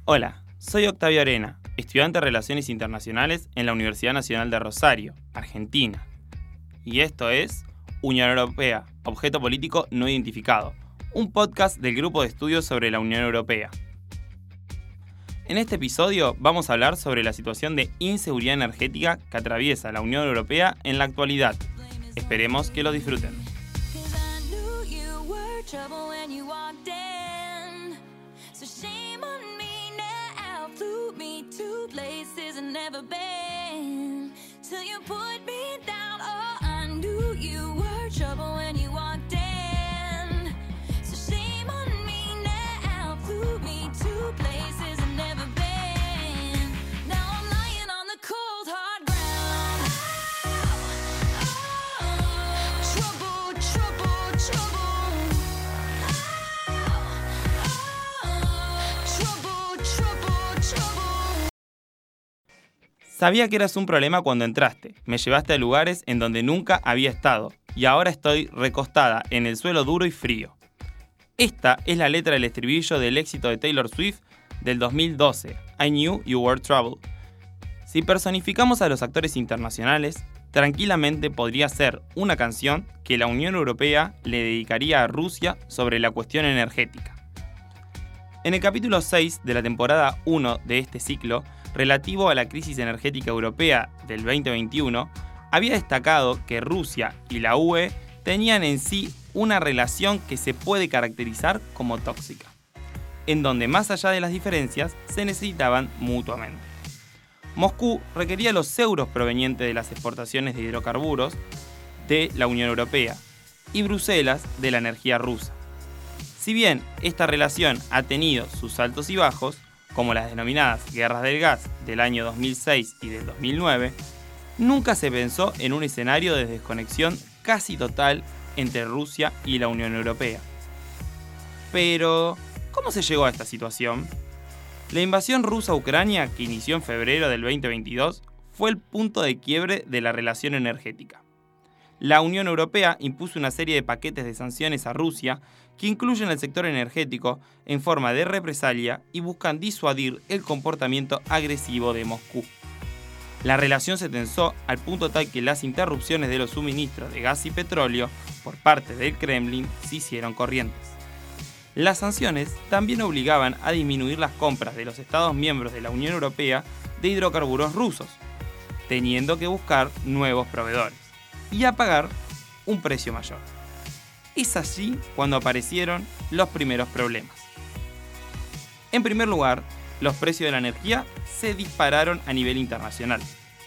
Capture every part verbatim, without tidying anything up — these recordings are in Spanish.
Hola, soy Octavio Arena, estudiante de Relaciones Internacionales en la Universidad Nacional de Rosario, Argentina. Y esto es Unión Europea, Objeto Político No Identificado, un podcast del Grupo de Estudios sobre la Unión Europea. En este episodio vamos a hablar sobre la situación de inseguridad energética que atraviesa la Unión Europea en la actualidad. Esperemos que lo disfruten. Sabía que eras un problema cuando entraste, me llevaste a lugares en donde nunca había estado, y ahora estoy recostada en el suelo duro y frío. Esta es la letra del estribillo del éxito de Taylor Swift del dos mil doce, I Knew You Were Trouble. Si personificamos a los actores internacionales, tranquilamente podría ser una canción que la Unión Europea le dedicaría a Rusia sobre la cuestión energética. En el capítulo seis de la temporada uno de este ciclo, relativo a la crisis energética europea del veinte veintiuno, había destacado que Rusia y la U E tenían en sí una relación que se puede caracterizar como tóxica, en donde más allá de las diferencias se necesitaban mutuamente. Moscú requería los euros provenientes de las exportaciones de hidrocarburos de la Unión Europea y Bruselas de la energía rusa. Si bien esta relación ha tenido sus altos y bajos, como las denominadas guerras del gas del año dos mil seis y del dos mil nueve, nunca se pensó en un escenario de desconexión casi total entre Rusia y la Unión Europea. Pero, ¿cómo se llegó a esta situación? La invasión rusa a Ucrania, que inició en febrero del veinte veintidós, fue el punto de quiebre de la relación energética. La Unión Europea impuso una serie de paquetes de sanciones a Rusia que incluyen el sector energético en forma de represalia y buscan disuadir el comportamiento agresivo de Moscú. La relación se tensó al punto tal que las interrupciones de los suministros de gas y petróleo por parte del Kremlin se hicieron corrientes. Las sanciones también obligaban a disminuir las compras de los Estados miembros de la Unión Europea de hidrocarburos rusos, teniendo que buscar nuevos proveedores y a pagar un precio mayor. Es así cuando aparecieron los primeros problemas. En primer lugar, los precios de la energía se dispararon a nivel internacional.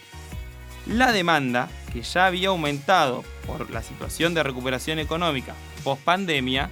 La demanda, que ya había aumentado por la situación de recuperación económica post-pandemia,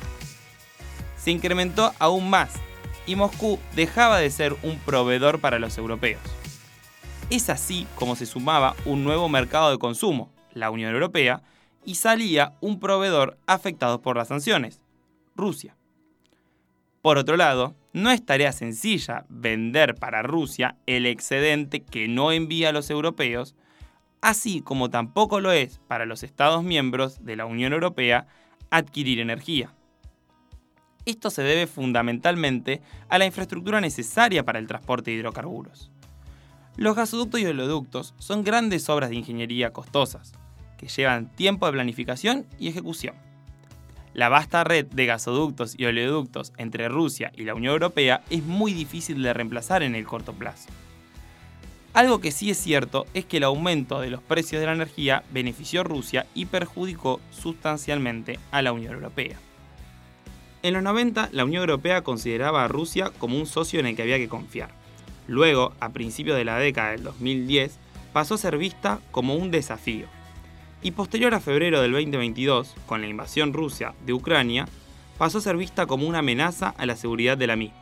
se incrementó aún más y Moscú dejaba de ser un proveedor para los europeos. Es así como se sumaba un nuevo mercado de consumo, la Unión Europea, y salía un proveedor afectado por las sanciones, Rusia. Por otro lado, no es tarea sencilla vender para Rusia el excedente que no envía a los europeos, así como tampoco lo es para los Estados miembros de la Unión Europea adquirir energía. Esto se debe fundamentalmente a la infraestructura necesaria para el transporte de hidrocarburos. Los gasoductos y oleoductos son grandes obras de ingeniería costosas, que llevan tiempo de planificación y ejecución. La vasta red de gasoductos y oleoductos entre Rusia y la Unión Europea es muy difícil de reemplazar en el corto plazo. Algo que sí es cierto es que el aumento de los precios de la energía benefició a Rusia y perjudicó sustancialmente a la Unión Europea. En los noventa, la Unión Europea consideraba a Rusia como un socio en el que había que confiar. Luego, a principios de la década del dos mil diez, pasó a ser vista como un desafío. Y posterior a febrero del veinte veintidós, con la invasión rusa de Ucrania, pasó a ser vista como una amenaza a la seguridad de la misma.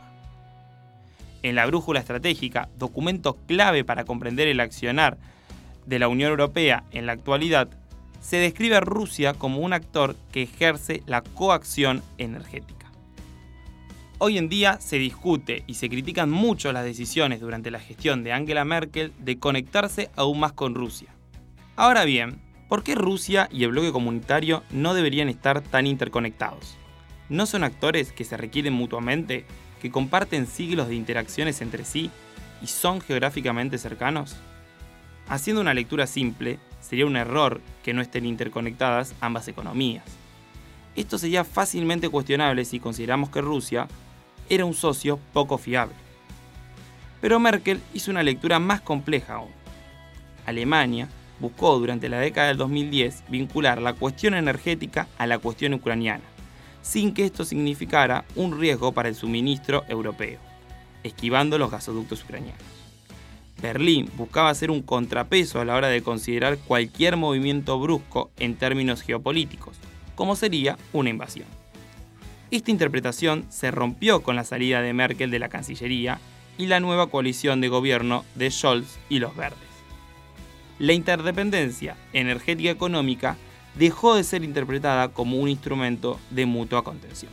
En la Brújula Estratégica, documento clave para comprender el accionar de la Unión Europea en la actualidad, se describe a Rusia como un actor que ejerce la coacción energética. Hoy en día se discute y se critican mucho las decisiones durante la gestión de Angela Merkel de conectarse aún más con Rusia. Ahora bien, ¿por qué Rusia y el bloque comunitario no deberían estar tan interconectados? ¿No son actores que se requieren mutuamente, que comparten siglos de interacciones entre sí y son geográficamente cercanos? Haciendo una lectura simple, sería un error que no estén interconectadas ambas economías. Esto sería fácilmente cuestionable si consideramos que Rusia era un socio poco fiable. Pero Merkel hizo una lectura más compleja aún. Alemania buscó durante la década del dos mil diez vincular la cuestión energética a la cuestión ucraniana, sin que esto significara un riesgo para el suministro europeo, esquivando los gasoductos ucranianos. Berlín buscaba hacer un contrapeso a la hora de considerar cualquier movimiento brusco en términos geopolíticos, como sería una invasión. Esta interpretación se rompió con la salida de Merkel de la Cancillería y la nueva coalición de gobierno de Scholz y los Verdes. La interdependencia energética económica dejó de ser interpretada como un instrumento de mutua contención.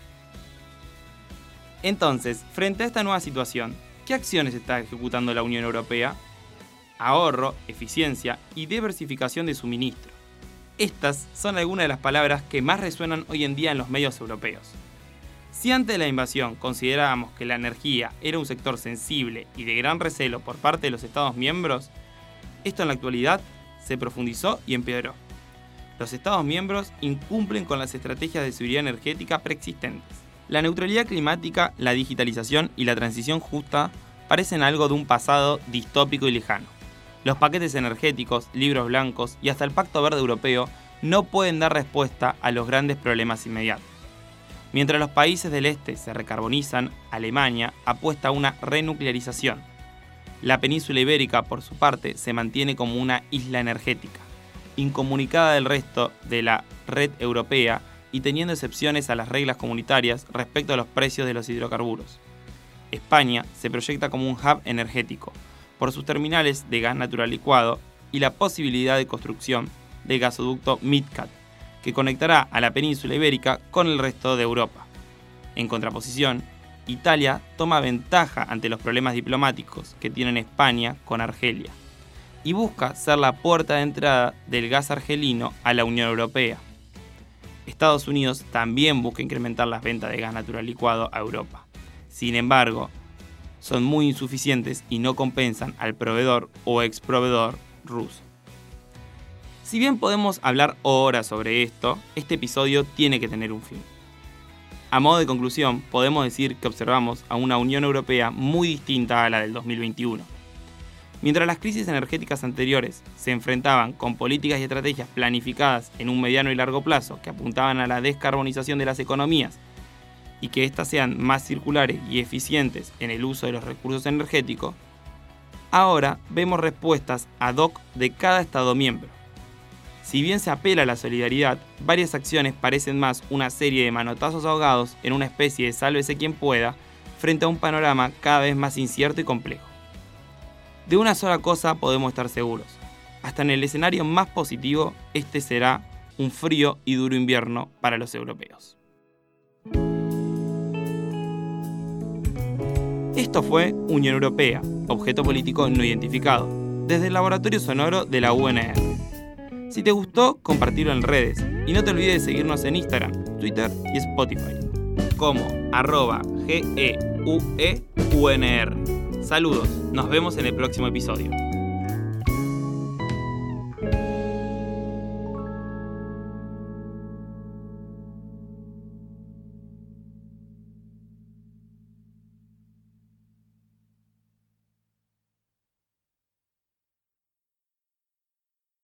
Entonces, frente a esta nueva situación, ¿qué acciones está ejecutando la Unión Europea? Ahorro, eficiencia y diversificación de suministro. Estas son algunas de las palabras que más resuenan hoy en día en los medios europeos. Si antes de la invasión considerábamos que la energía era un sector sensible y de gran recelo por parte de los Estados miembros, esto en la actualidad se profundizó y empeoró. Los Estados miembros incumplen con las estrategias de seguridad energética preexistentes. La neutralidad climática, la digitalización y la transición justa parecen algo de un pasado distópico y lejano. Los paquetes energéticos, libros blancos y hasta el Pacto Verde Europeo no pueden dar respuesta a los grandes problemas inmediatos. Mientras los países del este se recarbonizan, Alemania apuesta a una renuclearización. La península ibérica, por su parte, se mantiene como una isla energética, incomunicada del resto de la red europea y teniendo excepciones a las reglas comunitarias respecto a los precios de los hidrocarburos. España se proyecta como un hub energético, por sus terminales de gas natural licuado y la posibilidad de construcción del gasoducto MidCat, que conectará a la península ibérica con el resto de Europa. En contraposición, Italia toma ventaja ante los problemas diplomáticos que tiene España con Argelia y busca ser la puerta de entrada del gas argelino a la Unión Europea. Estados Unidos también busca incrementar las ventas de gas natural licuado a Europa. Sin embargo, son muy insuficientes y no compensan al proveedor o exproveedor ruso. Si bien podemos hablar horas sobre esto, este episodio tiene que tener un fin. A modo de conclusión, podemos decir que observamos a una Unión Europea muy distinta a la del dos mil veintiuno. Mientras las crisis energéticas anteriores se enfrentaban con políticas y estrategias planificadas en un mediano y largo plazo que apuntaban a la descarbonización de las economías y que éstas sean más circulares y eficientes en el uso de los recursos energéticos, ahora vemos respuestas ad hoc de cada Estado miembro. Si bien se apela a la solidaridad, varias acciones parecen más una serie de manotazos ahogados en una especie de sálvese quien pueda frente a un panorama cada vez más incierto y complejo. De una sola cosa podemos estar seguros: hasta en el escenario más positivo, este será un frío y duro invierno para los europeos. Esto fue Unión Europea, objeto político no identificado, desde el Laboratorio Sonoro de la U N R. Si te gustó, compartilo en redes y no te olvides de seguirnos en Instagram, Twitter y Spotify como arroba G E U E U N R. Saludos, nos vemos en el próximo episodio.